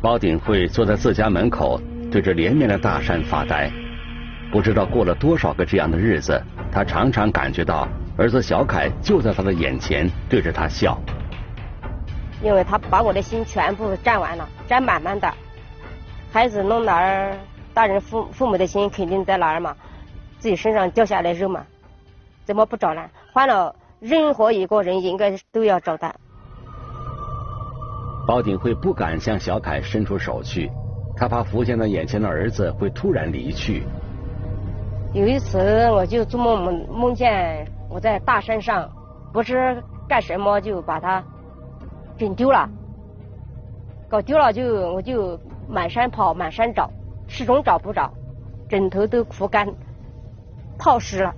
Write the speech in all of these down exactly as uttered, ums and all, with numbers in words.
包鼎慧坐在自家门口，对着连绵的大山发呆。不知道过了多少个这样的日子，他常常感觉到儿子小凯就在他的眼前，对着他笑。 因为他把我的心全部占完了，占满满的。孩子弄哪儿，大人父父母的心肯定在哪儿嘛，自己身上掉下来肉嘛，怎么不找呢？换了任何一个人应该都要找的。 包鼎慧不敢向小凯伸出手去，他怕浮现在眼前的儿子会突然离去。 有一次我就做梦梦梦见我在大山上，不知干什么就把他给丢了，搞丢了就我就满山跑满山找，始终找不着，枕头都枯干泡湿了。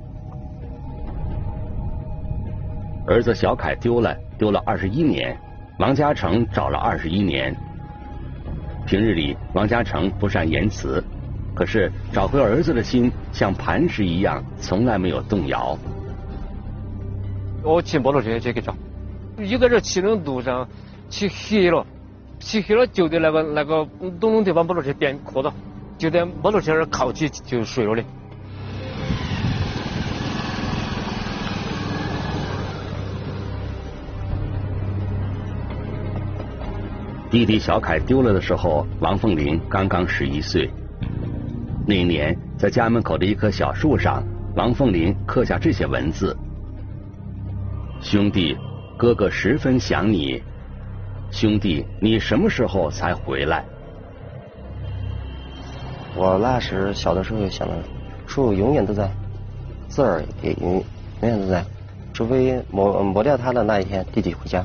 儿子小凯丢了，丢了二十一年。王嘉诚找了二十一年。平日里，王嘉诚不善言辞，可是找回儿子的心像磐石一样，从来没有动摇。 我骑摩托车去去找，一个人骑那路上骑黑了，骑黑了就在那个那个咚咚地把摩托车颠磕到，就在摩托车那靠起就睡了的。 弟弟小凯丢了的时候，王凤玲刚刚十一岁。那一年，在家门口的一棵小树上，王凤玲刻下这些文字：兄弟，哥哥十分想你。兄弟，你什么时候才回来？ 我那时小的时候就想了，树永远都在，字儿也永永远都在，除非磨磨掉它的那一天，弟弟回家。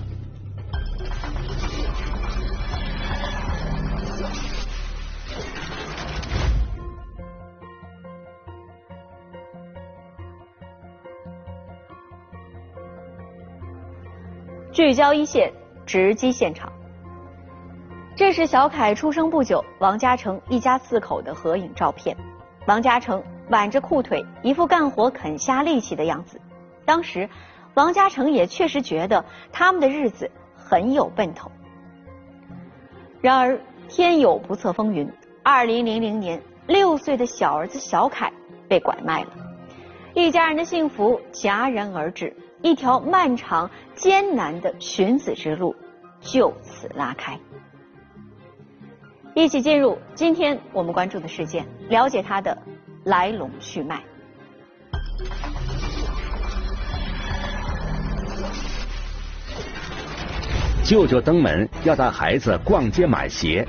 聚焦一线，直击现场。这是小凯出生不久，王嘉诚一家四口的合影照片。王嘉诚挽着裤腿，一副干活啃瞎力气的样子。当时，王嘉诚也确实觉得他们的日子很有奔头。然而，天有不测风云。二零零零年，六岁的小儿子小凯被拐卖了，一家人的幸福戛然而止。一条漫长艰难的寻子之路就此拉开。一起进入今天我们关注的事件，了解它的来龙去脉。 舅舅登门要带孩子逛街买鞋，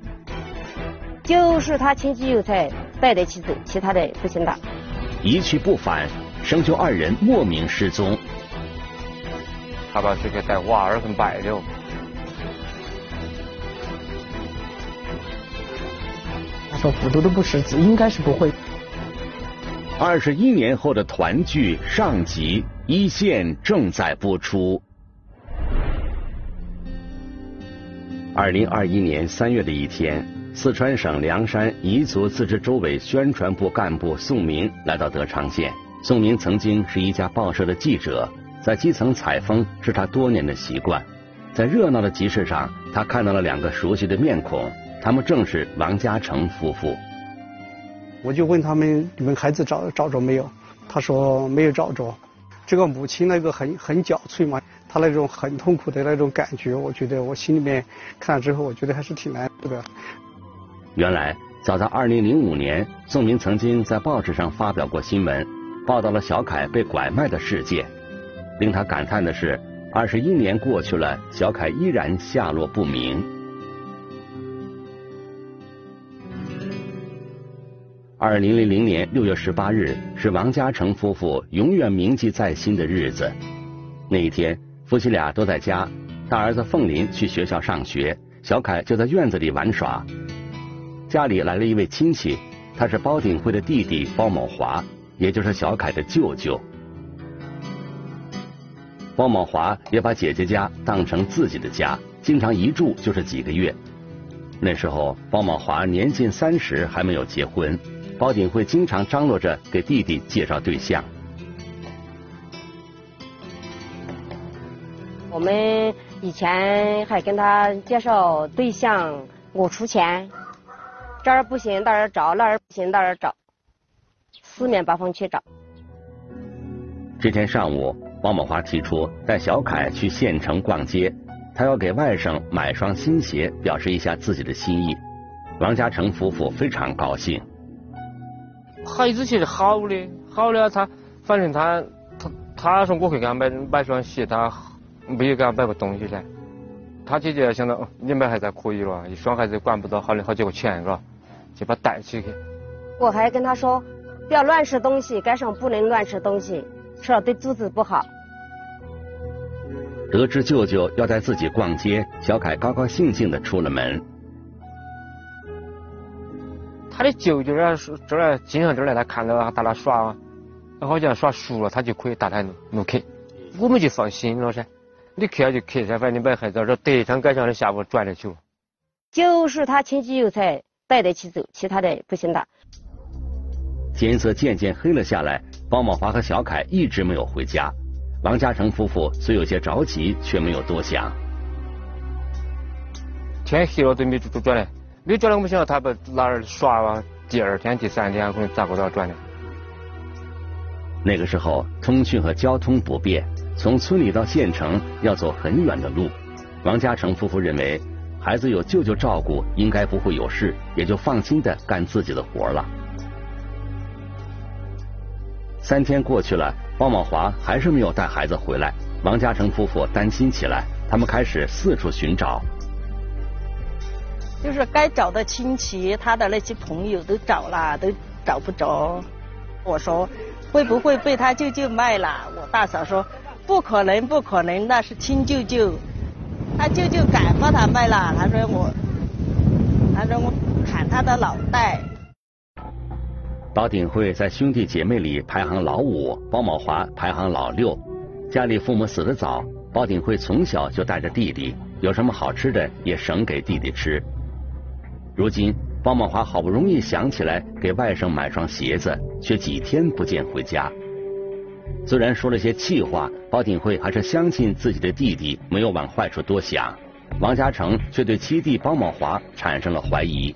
就是他亲戚有才带得起走，其他的不行的。 一去不返，生就二人莫名失踪。 他把这个带娃儿给摆了。 他说复读都不识字，应该是不会。 二十一年后的团聚上集，一线正在播出。二零二一年三月的一天，四川省凉山彝族自治州委宣传部干部宋明来到德昌县。宋明曾经是一家报社的记者，在基层采风是他多年的习惯。在热闹的集市上，他看到了两个熟悉的面孔，他们正是王嘉诚夫妇。 我就问他们，你们孩子找找着没有？他说没有找着。这个母亲那个很很憔悴嘛，她那种很痛苦的那种感觉，我觉得我心里面看了之后，我觉得还是挺难受的。 原来早在二零零五年，宋明曾经在报纸上发表过新闻，报道了小凯被拐卖的事件。令他感叹的是，二十一年过去了，小凯依然下落不明。二零零零年六月十八日是王嘉诚夫妇永远铭记在心的日子。那一天，夫妻俩都在家，大儿子凤林去学校上学，小凯就在院子里玩耍。家里来了一位亲戚，他是包鼎慧的弟弟包某华，也就是小凯的舅舅。包某华也把姐姐家当成自己的家，经常一住就是几个月。那时候包某华年近三十，还没有结婚，包鼎慧经常张罗着给弟弟介绍对象。 我们以前还跟他介绍对象， 我出钱，这儿不行到那儿找，那儿不行到那儿找，四面八方去找。 这天上午，王某华提出带小凯去县城逛街，他要给外甥买双新鞋，表示一下自己的心意。王家成夫妇非常高兴。 孩子其实好的，好的，他反正他他他说我会给他买买双鞋，他没有给他买过东西噻。他姐姐想到哦，你买还是可以了，一双孩子管不到好的好几个钱是吧？就把带起去。 我还跟他说，不要乱吃东西，街上不能乱吃东西，吃了对肚子不好。 得知舅舅要带自己逛街，小凯高高兴兴地出了门。 他的舅舅呢，这儿经常这儿来，他看到他带他耍，好像耍熟了，他就可以带他路去，我们就放心了噻。你去了就去噻，反正你把孩子这德昌街上的下午转得去。 就是他亲戚有才带得起走，其他的不行的。 天色渐渐黑了下来，包茂华和小凯一直没有回家。王家成夫妇虽有些着急，却没有多想。 天黑了都没转转来，没转来我们想他不哪儿耍啊？第二天、第三天可能咋个都要转来。 那个时候通讯和交通不便，从村里到县城要走很远的路。王家成夫妇认为孩子有舅舅照顾，应该不会有事，也就放心的干自己的活了。三天过去了，包茂华还是没有带孩子回来，王家成夫妇担心起来，他们开始四处寻找。 就是该找的亲戚，他的那些朋友都找了，都找不着。我说会不会被他舅舅卖了？我大嫂说不可能，不可能，那是亲舅舅，他舅舅敢把他卖了？他说我，他说我砍他的脑袋。 包鼎慧在兄弟姐妹里排行老五，包茂华排行老六。家里父母死得早，包鼎慧从小就带着弟弟，有什么好吃的也省给弟弟吃。如今包茂华好不容易想起来给外甥买双鞋子，却几天不见回家。虽然说了些气话，包鼎慧还是相信自己的弟弟没有往坏处多想。王家成却对七弟包茂华产生了怀疑。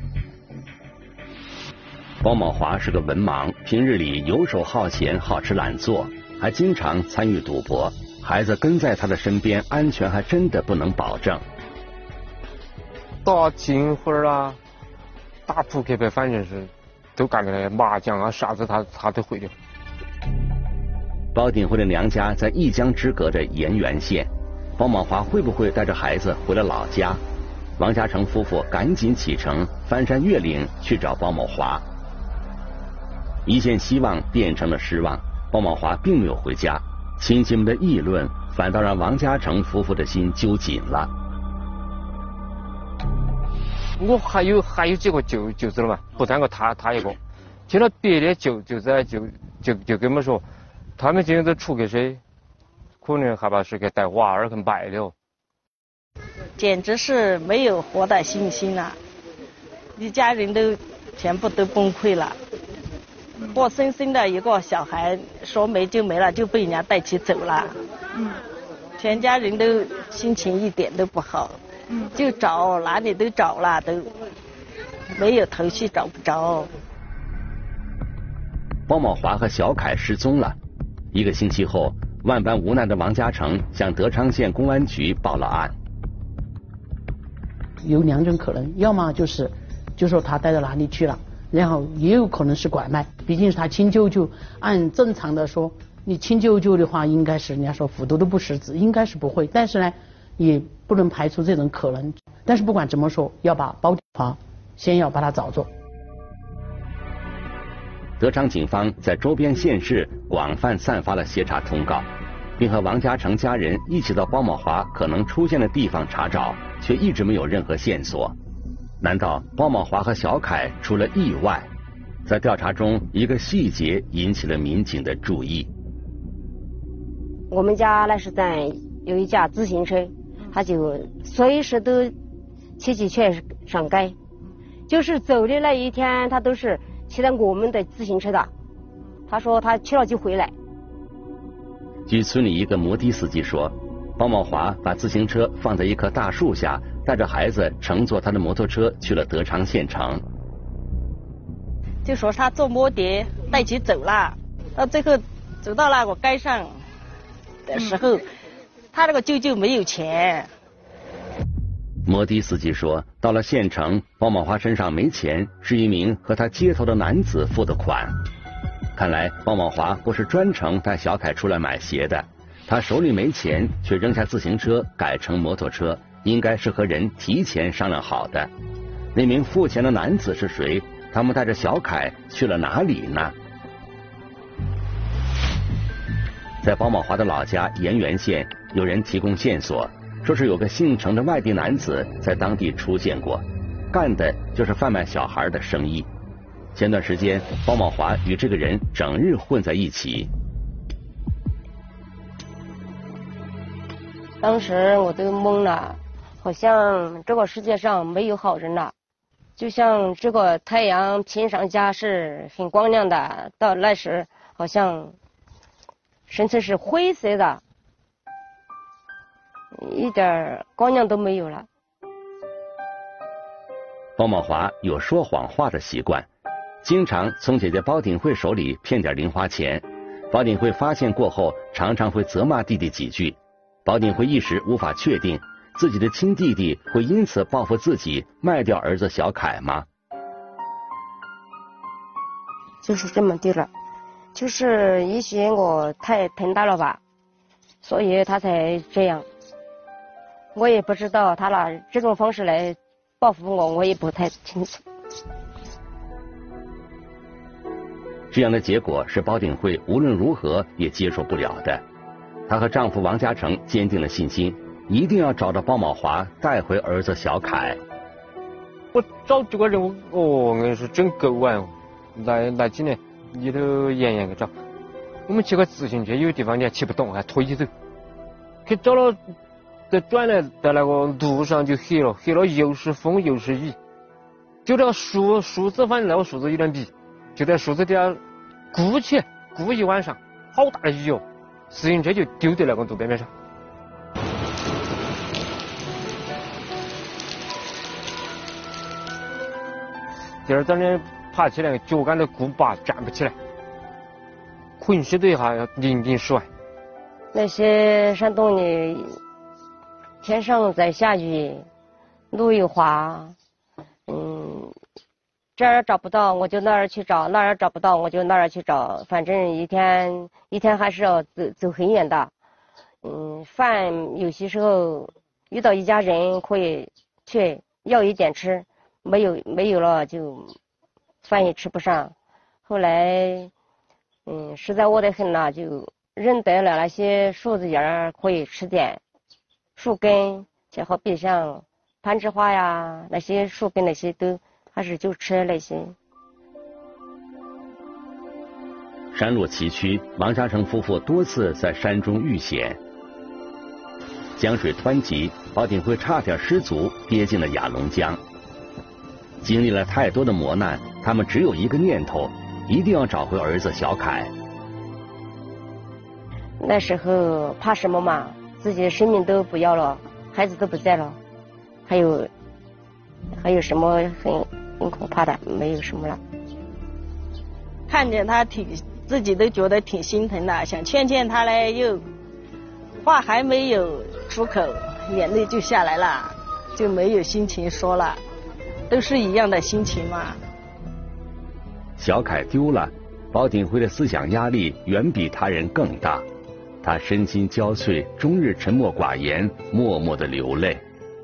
包茂华是个文盲，平日里游手好闲，好吃懒做，还经常参与赌博。孩子跟在他的身边，安全还真的不能保证。 打金花啊，打扑克牌，反正是都干的麻将啊，啥子他他都会的。 包鼎慧的娘家在一江之隔的盐源县，包茂华会不会带着孩子回了老家？王家成夫妇赶紧启程，翻山越岭去找包茂华。一线希望变成了失望，包茂华并没有回家，亲戚们的议论反倒让王家成夫妇的心揪紧了。 我还有还有几个舅舅子了嘛，不单个他他一个，其他别的舅舅子就就就跟我们说，他们今天都出去噻，可能害怕是给带娃儿去卖了。 简直是没有活的信心了，一家人都全部都崩溃了。活生生的一个小孩说没就没了，就被人家带起走了。嗯，全家人都心情一点都不好。嗯，就找哪里都找了，都没有头绪，找不着。 包茂华和小凯失踪了。一个星期后，万般无奈的王家成向德昌县公安局报了案。 有两种可能，要么就是就说他带到哪里去了，然后也有可能是拐卖，毕竟是他亲舅舅。按正常的说，你亲舅舅的话，应该是人家说虎毒都不食子，应该是不会。但是呢，也不能排除这种可能。但是不管怎么说，要把包鼎华先要把他找着。 德昌警方在周边县市广泛散发了协查通告，并和王家成家人一起到包茂华可能出现的地方查找，却一直没有任何线索。难道包茂华和小凯出了意外？在调查中，一个细节引起了民警的注意。 我们家那是在有一架自行车，他就随时都骑起去上街，就是走的那一天，他都是骑在我们的自行车的。他说他去了就回来。 据村里一个摩的司机说，包茂华把自行车放在一棵大树下， 带着孩子乘坐他的摩托车去了德昌县城。 就说他坐摩的带起走了，到最后走到那个街上的时候，嗯、他那个舅舅没有钱。 摩的司机说，到了县城，包某华身上没钱，是一名和他接头的男子付的款。看来包某华不是专程带小凯出来买鞋的，他手里没钱，却扔下自行车改乘摩托车，应该是和人提前商量好的。那名付钱的男子是谁？他们带着小凯去了哪里呢？在包某华的老家盐源县，有人提供线索，说是有个姓程的外地男子在当地出现过，干的就是贩卖小孩的生意。前段时间，包某华与这个人整日混在一起。 当时我都懵了，好像这个世界上没有好人了。就像这个太阳平常家是很光亮的，到那时好像甚至是灰色的，一点光亮都没有了。 包某华有说谎话的习惯，经常从姐姐包鼎慧手里骗点零花钱。包鼎慧发现过后，常常会责骂弟弟几句。包鼎慧一时无法确定，自己的亲弟弟会因此报复自己，卖掉儿子小凯吗？ 就是这么的了，就是也许我太疼他了吧，所以他才这样。我也不知道他拿这种方式来报复我，我也不太清楚。 这样的结果是包鼎慧无论如何也接受不了的。她和丈夫王嘉诚坚定了信心，一定要找到包某华，带回儿子小凯。 我找这个人，我哦，我跟你说真够啊！来来几年，你都严严给找。我们骑个自行车，有地方你还骑不动，还推起走。可找了，再转来在那个路上就黑了，黑了又是风又是雨，就那个树树枝，反正那个树枝有点密，就在树枝底下箍起，箍一晚上，好大的雨哦！自行车就丢在那个路边边上。第二早呢，爬起来脚杆都箍拔，站不起来，浑身都一下要淋淋湿完。 那些山洞里，天上在下雨，路又滑，嗯，这儿找不到我就那儿去找，那儿找不到我就那儿去找，反正一天一天还是要走走很远的。嗯，饭有些时候遇到一家人可以去要一点吃。没有没有了就饭也吃不上，后来嗯实在饿得很了，就认得了那些树子叶儿可以吃点，树根就好比像攀枝花呀那些树根那些都还是就吃那些。 山路崎岖，王嘉诚夫妇多次在山中遇险，江水湍急，包鼎慧差点失足跌进了雅龙江。经历了太多的磨难，他们只有一个念头，一定要找回儿子小凯。 那时候怕什么嘛？自己的生命都不要了，孩子都不在了，还有还有什么很很可怕的？没有什么了。 看见他挺自己都觉得挺心疼的，想劝劝他嘞，又话还没有出口，眼泪就下来了，就没有心情说了。都是一样的心情嘛。 小凯丢了，包鼎慧的思想压力远比他人更大，他身心交瘁，终日沉默寡言，默默的流泪。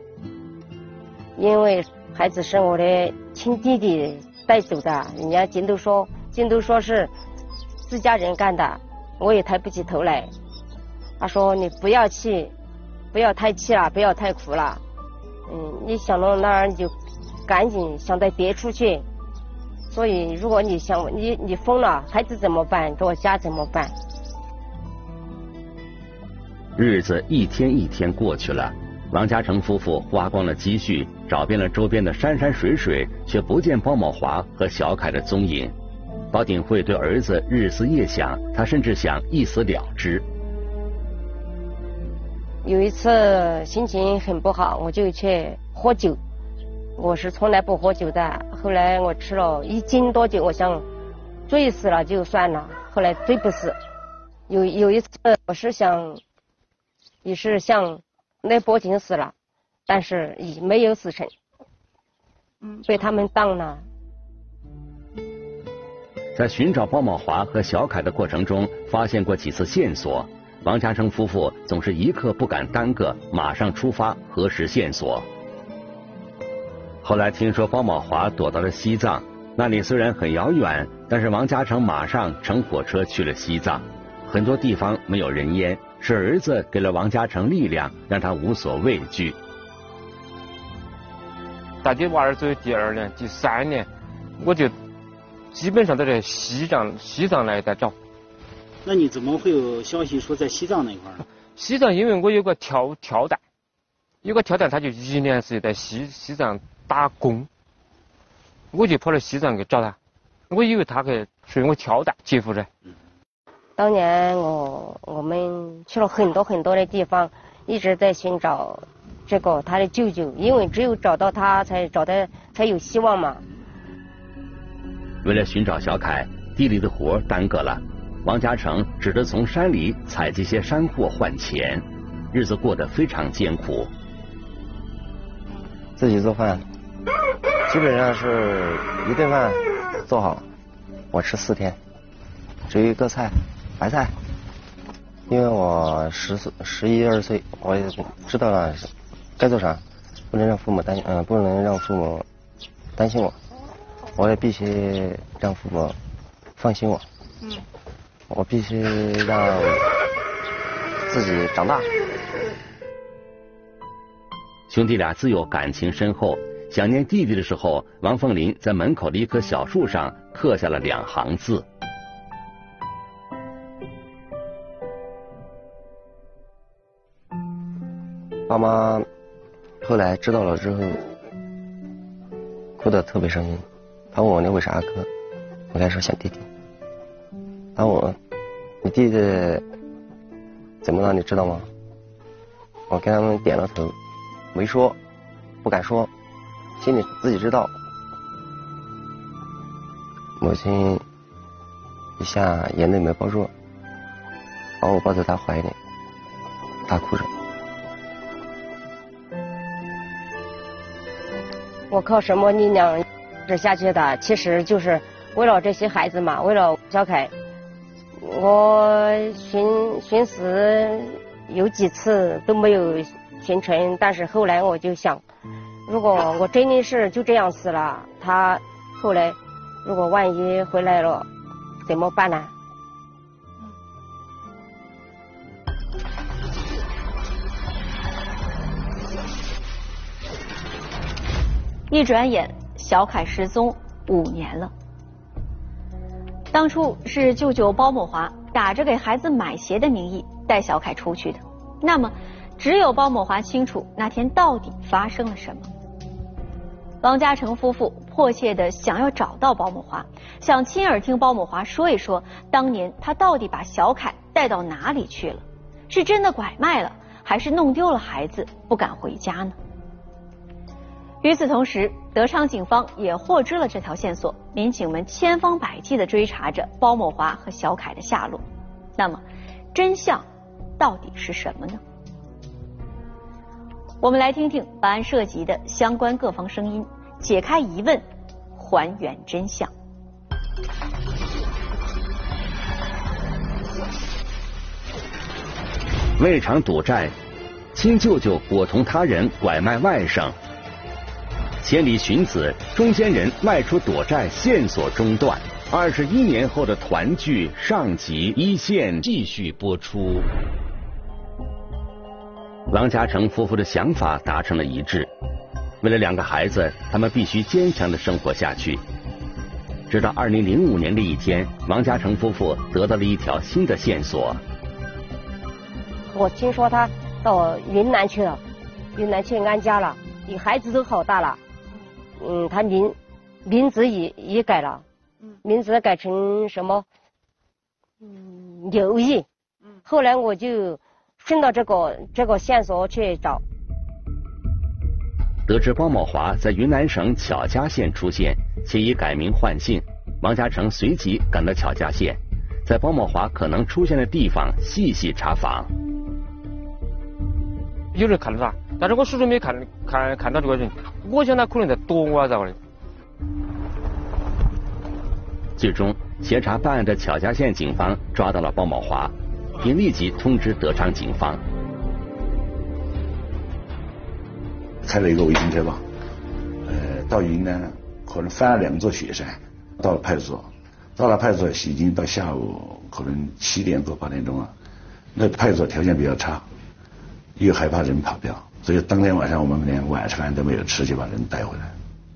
因为孩子是我的亲弟弟带走的，人家尽都说尽都说是自家人干的，我也抬不起头来。他说你不要气，不要太气了，不要太苦了，嗯，你想到那儿你就赶紧想带别处去，所以如果你想你你疯了，孩子怎么办？这个家怎么办？ 日子一天一天过去了，王嘉诚夫妇花光了积蓄，找遍了周边的山山水水，却不见包某华和小凯的踪影。包鼎慧对儿子日思夜想，他甚至想一死了之。 有一次心情很不好，我就去喝酒。我是从来不喝酒的，后来我吃了一斤多酒，我想醉死了就算了，后来醉不死。有有一次我是想，也是想来报警死了，但是也没有死成，嗯，被他们当了。 在寻找包某华和小凯的过程中，发现过几次线索。王家成夫妇总是一刻不敢耽搁，马上出发核实线索。后来听说包某华躲到了西藏，那里虽然很遥远，但是王家成马上乘火车去了西藏。很多地方没有人烟，是儿子给了王家成力量，让他无所畏惧。 大姐娃儿走第二年、第三年，我就基本上都在西藏西藏那一带找。 那你怎么会有消息说在西藏那块呢？ 西藏因为我有个跳跳蛋，有个跳蛋他就一年是在西西藏打工，我就跑到西藏去找他，我以为他去属于我跳蛋姐夫噻。 当年我我们去了很多很多的地方，一直在寻找这个他的舅舅，因为只有找到他才找的才有希望嘛。 为了寻找小凯，地里的活耽搁了，王家成只得从山里采集些山货换钱，日子过得非常艰苦。 自己做饭，基本上是一顿饭做好，我吃四天，只有一个菜，白菜。因为我十岁、十一二岁，我也知道了该做啥，不能让父母担，嗯、呃，不能让父母担心我，我也必须让父母放心我。嗯。我必须让自己长大。 兄弟俩自幼感情深厚，想念弟弟的时候，王凤林在门口的一棵小树上刻下了两行字。 爸妈后来知道了之后，哭得特别伤心。他问我你为啥哭？我该说想弟弟。他问我你弟弟怎么了？你知道吗？我跟他们点了头，没说，不敢说，心里自己知道。母亲一下眼泪没抱住，把我抱在她怀里，大哭着。 我靠什么力量这下去的？其实就是为了这些孩子嘛，为了小凯。我寻寻死有几次都没有寻成，但是后来我就想，如果我真的是就这样死了，他后来如果万一回来了怎么办呢？ 一转眼，小凯失踪五年了。当初是舅舅包某华打着给孩子买鞋的名义带小凯出去的，那么只有包某华清楚那天到底发生了什么。王家成夫妇迫切地想要找到包某华，想亲耳听包某华说一说当年他到底把小凯带到哪里去了，是真的拐卖了，还是弄丢了孩子不敢回家呢？与此同时，德昌警方也获知了这条线索，民警们千方百计地追查着包某华和小凯的下落。那么，真相到底是什么呢？我们来听听本案涉及的相关各方声音，解开疑问，还原真相。 为偿赌债，亲舅舅伙同他人拐卖外甥。千里寻子，中间人外出躲债，线索中断。二十一年后的团聚，上集一线继续播出。王家成夫妇的想法达成了一致，为了两个孩子，他们必须坚强地生活下去。直到二零零五年的一天，王家成夫妇得到了一条新的线索。 我听说他到云南去了，云南去安家了，你孩子都好大了。嗯，他名名字也也改了，名字改成什么？嗯，刘毅。后来我就顺着这个这个线索去找。 得知包某华在云南省巧家县出现，且已改名换姓，王家成随即赶到巧家县，在包某华可能出现的地方细细查访。 有人看到他，但是我始终没看看看到这个人，我想他可能在躲我啊，咋个的？ 最终，协查办案的巧家县警方抓到了包某华，并立即通知德昌警方。 开了一个违停车网，呃，到云南可能翻了两座雪山，到了派出所，到了派出所已经到下午可能七点多八点钟了，那派出所条件比较差，又害怕人跑掉，所以当天晚上我们连晚餐都没有吃，就把人带回来。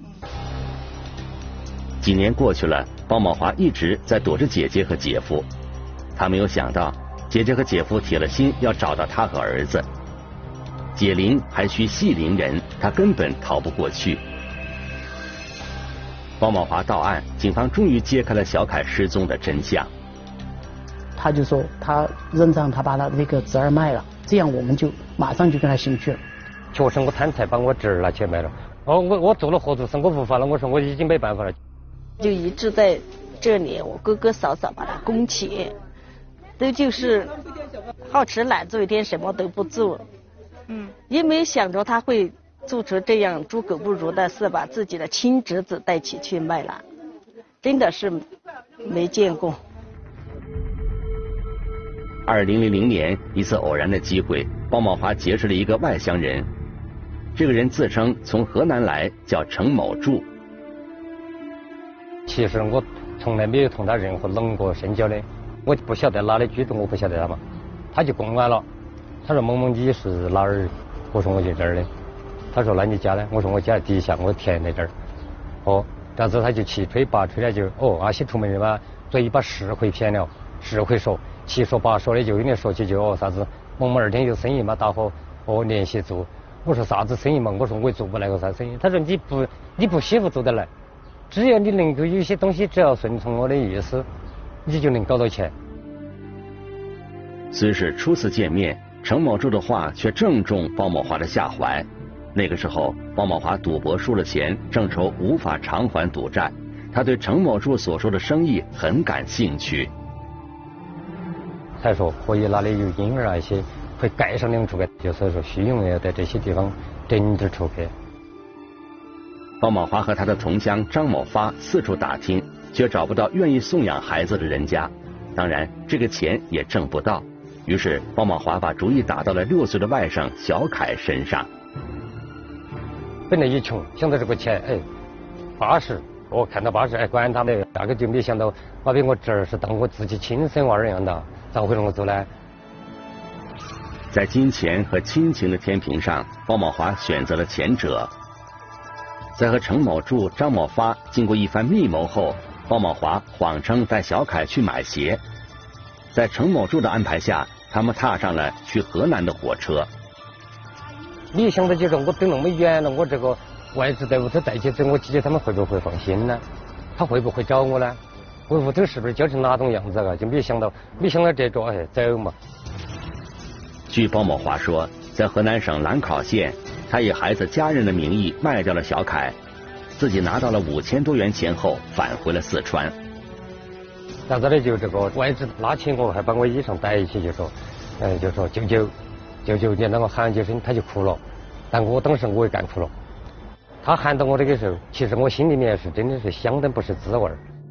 几年过去了，包某华一直在躲着姐姐和姐夫，他没有想到姐姐和姐夫铁了心要找到他和儿子。解铃还需系铃人，他根本逃不过去。包某华到案，警方终于揭开了小凯失踪的真相。 他就说他认账，他把他那个侄儿卖了，这样我们就马上就跟他刑拘了。 确实我贪财把我侄儿拿去卖了，哦，我我做了合作生，我无法了，我说我已经没办法了。 就一直在这里，我哥哥嫂嫂把他供起，都就是好吃懒做，一天什么都不做。嗯，也没想着他会做出这样猪狗不如的事，把自己的亲侄子带起去卖了，真的是没见过。 二零零零年，一次偶然的机会，包某华结识了一个外乡人，这个人自称从河南来，叫程某柱。 其实我从来没有同他任何冷过深交的，我不晓得哪里举动，我不晓得他嘛，他就公安了。他说：“某某你是哪儿？”我说：“我就这儿的。”他说：“那你家呢？”我说：“我家底下，我田在这儿。”哦，然后他就七吹八吹的就哦，阿西出门人嘛，嘴巴是会骗了，是会说，七说八说的就有点说起就哦啥子某某二天有生意嘛，大伙哦联系做。我说啥子生意嘛？我说我也做不来个啥生意。他说你不你不媳妇做得来，只要你能够有些东西，只要顺从我的意思，你就能搞到钱。 虽是初次见面，程某柱的话却正中包某华的下怀。那个时候，包某华赌博输了钱，正愁无法偿还赌债，他对程某柱所说的生意很感兴趣。 他说可以哪里有婴儿啊一些，会盖上两处的，就所以说徐勇要在这些地方挣点钞票。 包某华和他的同乡张某发四处打听，却找不到愿意送养孩子的人家，当然这个钱也挣不到。于是包某华把主意打到了六岁的外甥小凯身上。 本来也穷，想到这个钱，哎，巴适，我看到巴适，哎，管他的，那个就没想到，我比我侄儿是当我自己亲生娃儿一样的，咋会那么做呢？ 在金钱和亲情的天平上，包某华选择了前者。在和程某柱、张某发经过一番密谋后，包某华谎称带小凯去买鞋。在程某柱的安排下，他们踏上了去河南的火车。 你想到就是我等那么远了，我这个外侄在屋头带起走，我姐姐他们会不会放心呢？他会不会找我呢？我屋头是不是教成哪种样子啊？就没想到，没想到这个，哎，走嘛。 据包某华说，在河南省兰考县，他以孩子家人的名义卖掉了小凯，自己拿到了五千多元钱后返回了四川。 然后呢，就这个外侄拉起我，还把我衣裳逮起，就说，哎，就说舅舅。舅舅，你让我喊几声，他就哭了。但我当时我也干哭了。他喊到我这个时候，其实我心里面是真的是香的不是滋味。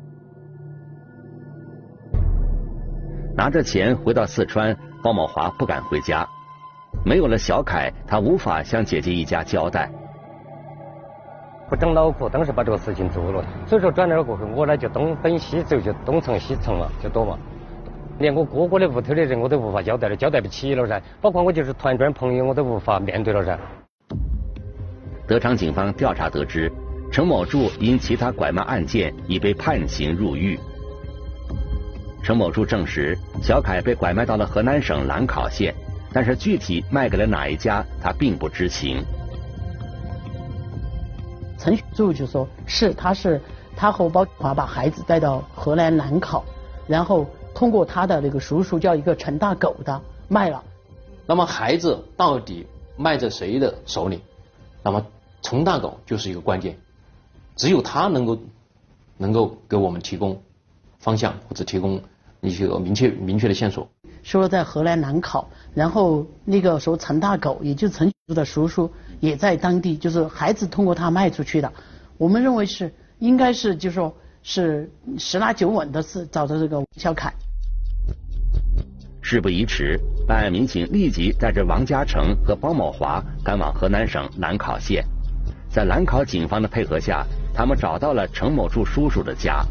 拿着钱回到四川，包某华不敢回家。没有了小凯，他无法向姐姐一家交代。 不长脑壳，当时把这个事情做了。所以说转那过后，我呢就东奔西走，就东藏西藏了，就躲嘛。连我哥哥的屋头的人我都无法交代了，交代不起了噻。包括我就是团转朋友，我都无法面对了噻。 德昌警方调查得知，程某柱因其他拐卖案件已被判刑入狱。程某柱证实，小凯被拐卖到了河南省兰考县，但是具体卖给了哪一家，他并不知情。 程柱就说是，他是他和包华把孩子带到河南兰考，然后通过他的那个叔叔叫一个陈大狗的卖了， 那么孩子到底卖在谁的手里？那么陈大狗就是一个关键，只有他能够能够给我们提供方向或者提供一些明确明确的线索。 说在河南兰考，然后那个时候陈大狗，也就是陈的叔叔也在当地，就是孩子通过他卖出去的。我们认为是应该是就是说是十拿九稳的是找到这个小凯。 事不宜迟，办案民警立即带着王嘉诚和包某华赶往河南省兰考县。在兰考警方的配合下，他们找到了程某柱叔叔的家。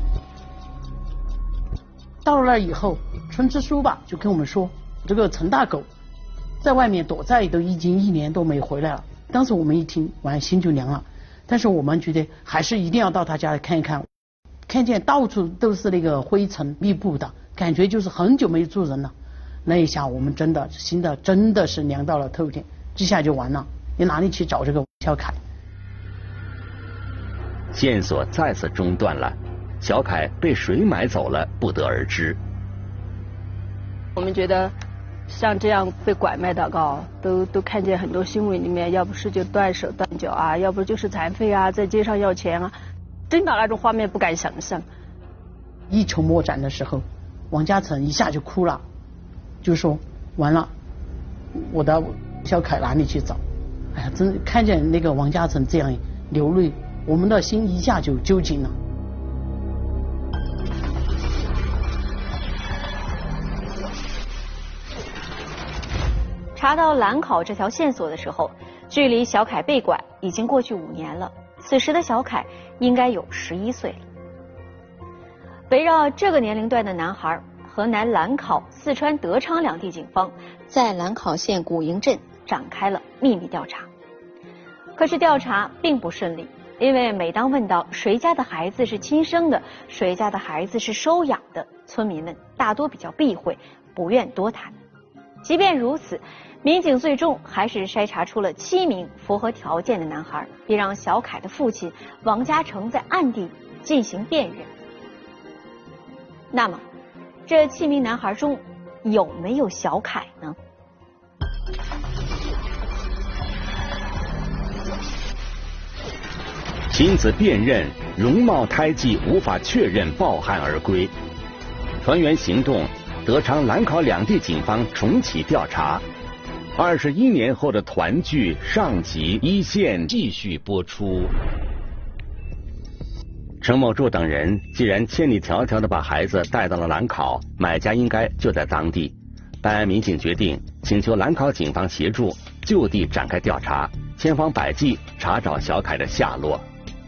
到了那以后，村支书吧就跟我们说，这个陈大狗在外面躲债都已经一年多没回来了。当时我们一听完心就凉了，但是我们觉得还是一定要到他家来看一看。看见到处都是那个灰尘密布的，感觉就是很久没住人了。那一下我们真的心的真的是凉到了透顶，这下就完了，你哪里去找这个小凯？ 线索再次中断了，小凯被谁买走了不得而知。 我们觉得像这样被拐卖的高，都都看见很多新闻里面，要不是就断手断脚啊，要不就是残废啊，在街上要钱啊，真的那种画面不敢想象。 一筹莫展的时候，王嘉诚一下就哭了，就说完了，我的小凯哪里去找？哎呀，真看见那个王嘉诚这样流泪，我们的心一下就揪紧了。 查到兰考这条线索的时候，距离小凯被拐已经过去五年了。此时的小凯应该有十一岁了。围绕这个年龄段的男孩，河南兰考、四川德昌两地警方在兰考县古营镇展开了秘密调查。可是调查并不顺利，因为每当问到谁家的孩子是亲生的，谁家的孩子是收养的，村民们大多比较避讳，不愿多谈。即便如此，民警最终还是筛查出了七名符合条件的男孩，并让小凯的父亲王嘉诚在暗地进行辨认。那么，这七名男孩中有没有小凯呢？ 亲子辨认，容貌胎记无法确认，抱憾而归。团圆行动，德昌、兰考两地警方重启调查。二十一年后的团聚，上集一线继续播出。程某柱等人既然千里迢迢地把孩子带到了兰考，买家应该就在当地。办案民警决定请求兰考警方协助，就地展开调查，千方百计查找小凯的下落。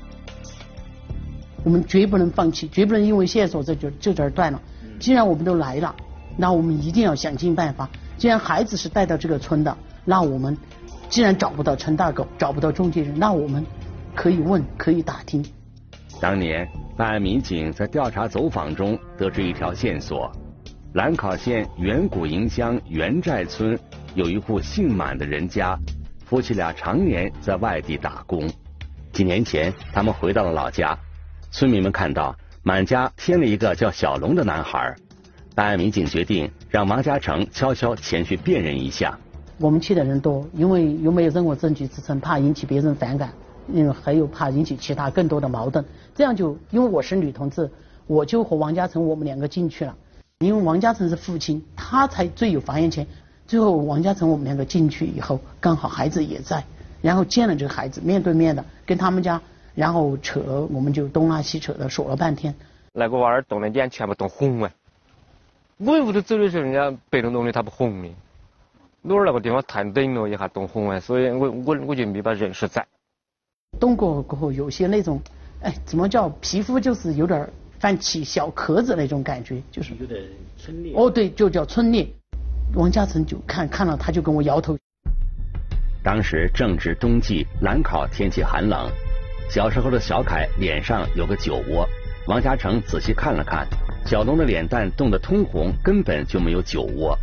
我们绝不能放弃，绝不能因为线索这就就这儿断了。既然我们都来了，那我们一定要想尽办法。既然孩子是带到这个村的，那我们既然找不到陈大狗，找不到中介人，那我们可以问，可以打听。 当年办案民警在调查走访中得知一条线索：兰考县原古营乡原寨村有一户姓满的人家，夫妻俩常年在外地打工。几年前，他们回到了老家，村民们看到满家添了一个叫小龙的男孩。办案民警决定让王嘉诚悄悄前去辨认一下。 我们去的人多，因为又没有任何证据支撑，怕引起别人反感，嗯，还有怕引起其他更多的矛盾。这样就因为我是女同志，我就和王嘉诚我们两个进去了。因为王嘉诚是父亲，他才最有发言权。最后王嘉诚我们两个进去以后，刚好孩子也在，然后见了这个孩子，面对面的跟他们家，然后扯，我们就东拉西扯的说了半天。 那个娃儿冻的脸全部冻红了。我屋头走的时候，人家白洞洞的，他不红的。我儿那个地方太冷了，一下冻红了，所以我我我就没把人是在。 冻过过后，有些那种，哎，怎么叫皮肤就是有点泛起小壳子那种感觉，就是有点皴裂。 哦，对，就叫皴裂。王嘉诚就看看了，他就跟我摇头。 当时正值冬季，兰考天气寒冷，小时候的小凯脸上有个酒窝。王嘉诚仔细看了看，小龙的脸蛋冻得通红，根本就没有酒窝。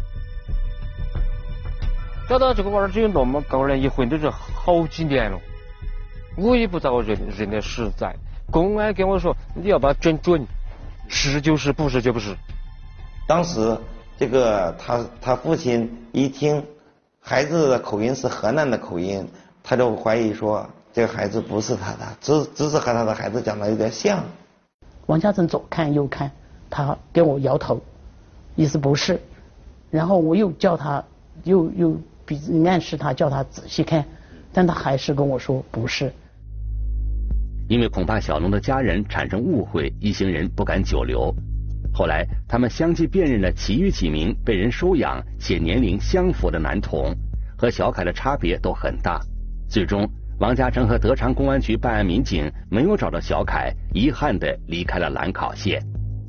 找到这个娃儿只有那么高了，一混都是好几年了，我也不知道认认得实在。公安跟我说你要把它整准，是就是，不是就不是。 当时这个他他父亲一听孩子的口音是河南的口音，他就怀疑说这个孩子不是他的，只只是和他的孩子讲的有点像。 王家成左看右看，他跟我摇头，意思不是。然后我又叫他，又又比暗示他叫他仔细看，但他还是跟我说不是。 因为恐怕小龙的家人产生误会，一行人不敢久留。后来他们相继辨认了其余几名被人收养且年龄相符的男童，和小凯的差别都很大。最终王家成和德昌公安局办案民警没有找到小凯，遗憾地离开了兰考县。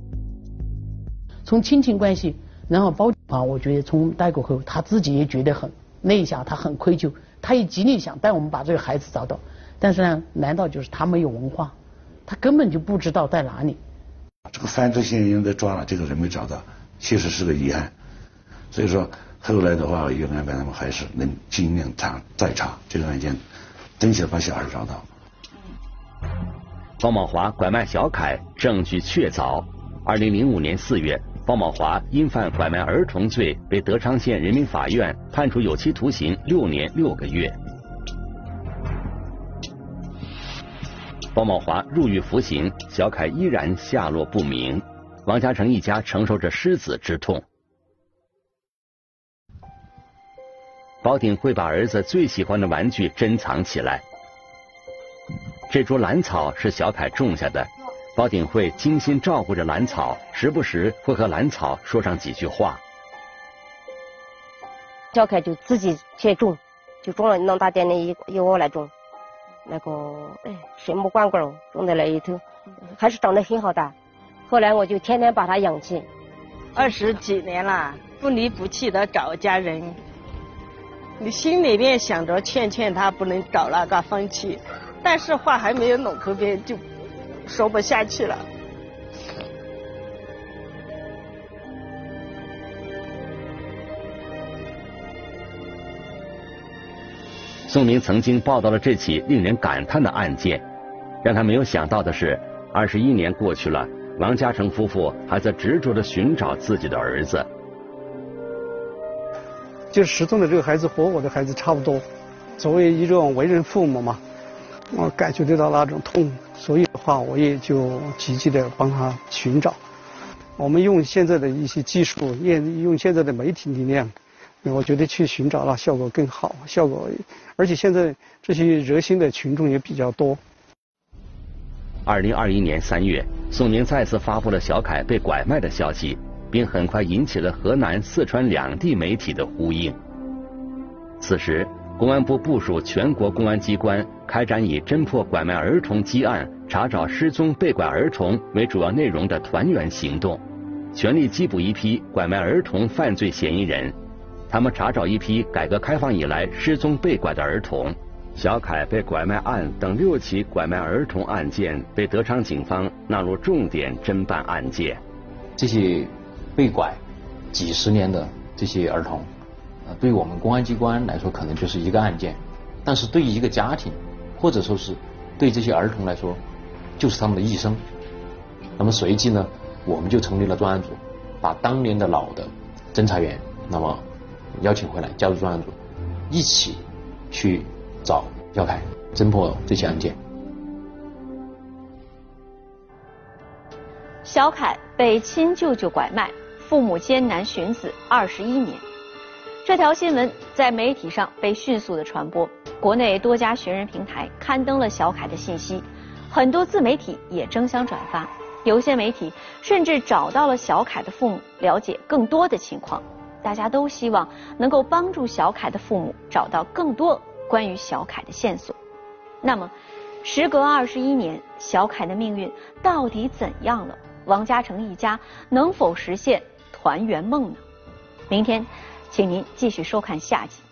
从亲情关系，然后包啊，我觉得从带过后，他自己也觉得很内向，他很愧疚，他也极力想带我们把这个孩子找到，但是呢，难道就是他没有文化，他根本就不知道在哪里。 这个犯罪嫌疑人都抓了，这个人没找到，确实是个遗憾。所以说后来的话，也安排他们还是能尽量查再查这个案件，争取把小孩找到。 方茂华拐卖小凯，证据确凿。二零零五年四月，方茂华因犯拐卖儿童罪，被德昌县人民法院判处有期徒刑六年六个月。方茂华入狱服刑，小凯依然下落不明。王家成一家承受着失子之痛。包鼎会把儿子最喜欢的玩具珍藏起来。这株兰草是小凯种下的，包鼎会精心照顾着兰草，时不时会和兰草说上几句话。 小凯就自己去种，就种了那么大点的一一窝来种，那个哎什么罐罐种在那里头，还是长得很好的。后来我就天天把它养起， 二十几年了，不离不弃的找家人。你心里面想着劝劝他不能找那个放弃，但是话还没有拢口边就说不下去了。 宋明曾经报道了这起令人感叹的案件，让他没有想到的是，二十一年过去了，王家成夫妇还在执着地寻找自己的儿子。 就失踪的这个孩子和我的孩子差不多，作为一种为人父母嘛，我感觉得到那种痛，所以的话我也就积极的帮他寻找。我们用现在的一些技术，也用现在的媒体力量，我觉得去寻找了效果更好，效果而且现在这些热心的群众也比较多。 二零二一年三月，宋明再次发布了小凯被拐卖的消息，并很快引起了河南、四川两地媒体的呼应。此时，公安部部署全国公安机关开展以侦破拐卖儿童积案、查找失踪被拐儿童为主要内容的团圆行动，全力缉捕一批拐卖儿童犯罪嫌疑人。他们查找一批改革开放以来失踪被拐的儿童。小凯被拐卖案等六起拐卖儿童案件被德昌警方纳入重点侦办案件。 这些被拐几十年的这些儿童，呃，对我们公安机关来说可能就是一个案件，但是对于一个家庭，或者说是对这些儿童来说，就是他们的一生。那么随即呢，我们就成立了专案组，把当年的老的侦查员，那么邀请回来加入专案组，一起去找小凯，侦破这起案件。 小凯被亲舅舅拐卖，父母艰难寻子二十一年。这条新闻在媒体上被迅速的传播，国内多家寻人平台刊登了小凯的信息，很多自媒体也争相转发，有些媒体甚至找到了小凯的父母，了解更多的情况。大家都希望能够帮助小凯的父母找到更多关于小凯的线索。那么，时隔二十一年，小凯的命运到底怎样了？王家成一家能否实现团圆梦呢？明天，请您继续收看下集。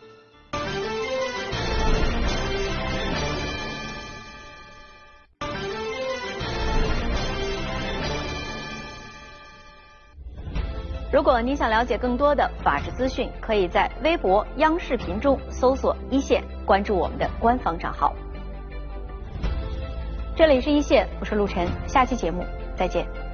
如果你想了解更多的法治资讯，可以在微博、央视频中搜索一线，关注我们的官方账号。这里是一线，我是陆晨，下期节目再见。